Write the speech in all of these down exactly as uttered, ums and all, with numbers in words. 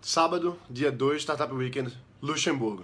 Sábado, dia dois, Startup Weekend, Luxemburgo.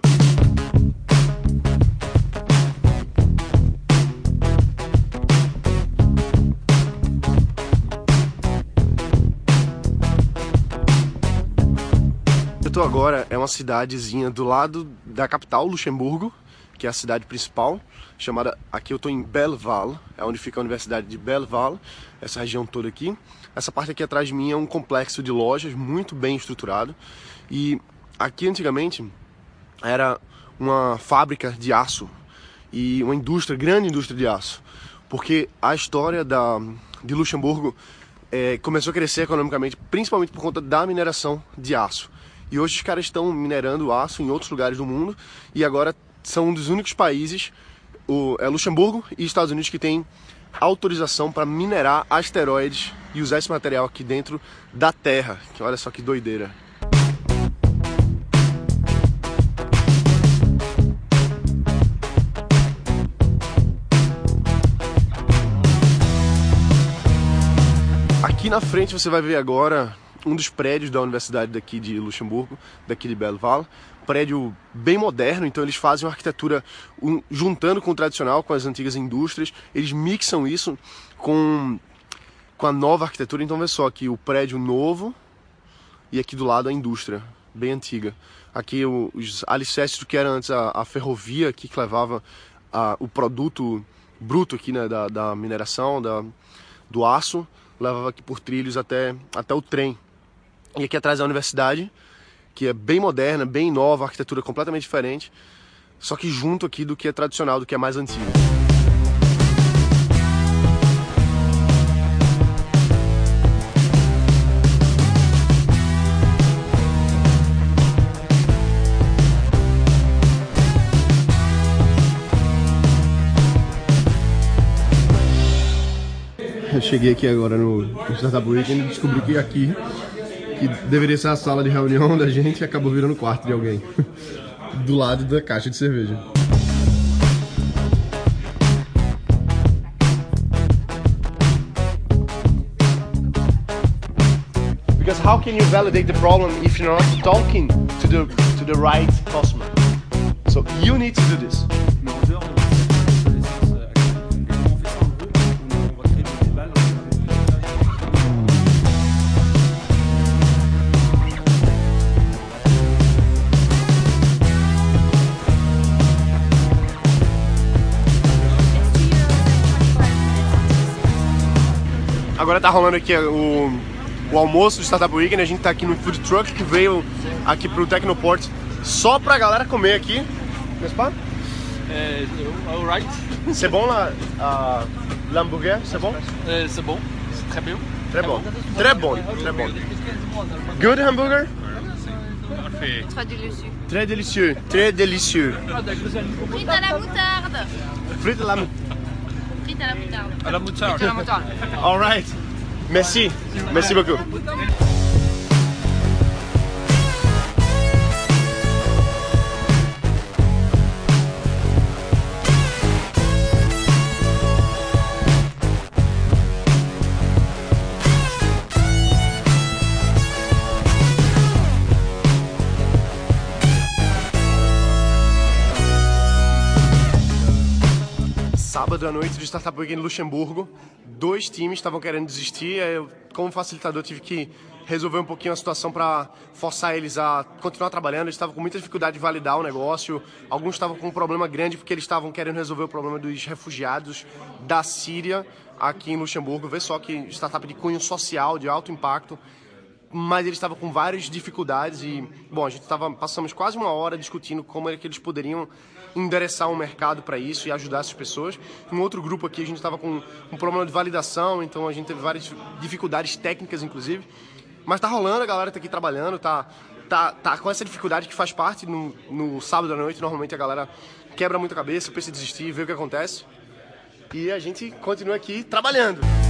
Eu tô agora, é uma cidadezinha do lado da capital, Luxemburgo, que é a cidade principal, chamada, aqui eu tô em Bellewalle, é onde fica a Universidade de Bellewalle, essa região toda aqui. Essa parte aqui atrás de mim é um complexo de lojas muito bem estruturado, e aqui antigamente era uma fábrica de aço e uma indústria, grande indústria de aço, porque a história da, de Luxemburgo é, começou a crescer economicamente, principalmente por conta da mineração de aço. E hoje os caras estão minerando aço em outros lugares do mundo e agora são um dos únicos países, o, é Luxemburgo e Estados Unidos, que tem autorização para minerar asteroides e usar esse material aqui dentro da Terra. Que olha só que doideira. Aqui na frente você vai ver agora um dos prédios da universidade daqui de Luxemburgo, daqui de Bellewalle. Prédio bem moderno, então eles fazem uma arquitetura um, juntando com o tradicional, com as antigas indústrias. Eles mixam isso com, com a nova arquitetura. Então vê só aqui o prédio novo e aqui do lado a indústria, bem antiga. Aqui o, os alicerces do que era antes a, a ferrovia aqui que levava a, o produto bruto aqui, né, da, da mineração, da, do aço, levava aqui por trilhos até, até o trem. E aqui atrás é a universidade, que é bem moderna, bem nova, arquitetura completamente diferente, só que junto aqui do que é tradicional, do que é mais antigo. Eu cheguei aqui agora no, no Startup Weekend e descobri que aqui, que deveria ser a sala de reunião da gente, acabou virando o quarto de alguém. Do lado da caixa de cerveja. Because how can you validate the problem if you're not talking to the to the right customer? So you need to do this. Agora tá rolando aqui o, o almoço do Startup Weekend. A gente tá aqui no food truck que veio aqui pro Technoport só pra galera comer aqui. N'est-ce pas? Euh, alright. C'est bon là, uh, l'hamburger, c'est bon? Euh, c'est bon, c'est très bien. Très bon, très bon, très bon. Good hamburger? Parfait. Très délicieux. Très délicieux, très délicieux. Frites à la moutarde. Frites à la moutarde. Frites à la moutarde. À la moutarde. Frites à la moutarde. All right. Merci, merci beaucoup. Sábado à noite de Startup Weekend em Luxemburgo, dois times estavam querendo desistir. Eu, como facilitador, tive que resolver um pouquinho a situação para forçar eles a continuar trabalhando. Eles estavam com muita dificuldade de validar o negócio, alguns estavam com um problema grande porque eles estavam querendo resolver o problema dos refugiados da Síria aqui em Luxemburgo. Vê só que startup de cunho social, de alto impacto, mas eles estavam com várias dificuldades e, bom, a gente tava, passamos quase uma hora discutindo como é que eles poderiam endereçar um mercado para isso e ajudar essas pessoas. Um outro grupo aqui a gente estava com um problema de validação, então a gente teve várias dificuldades técnicas, inclusive. Mas tá rolando, a galera tá aqui trabalhando, tá, tá, tá com essa dificuldade que faz parte no, no sábado à noite. Normalmente a galera quebra muito a cabeça, pensa em desistir, vê o que acontece. E a gente continua aqui trabalhando.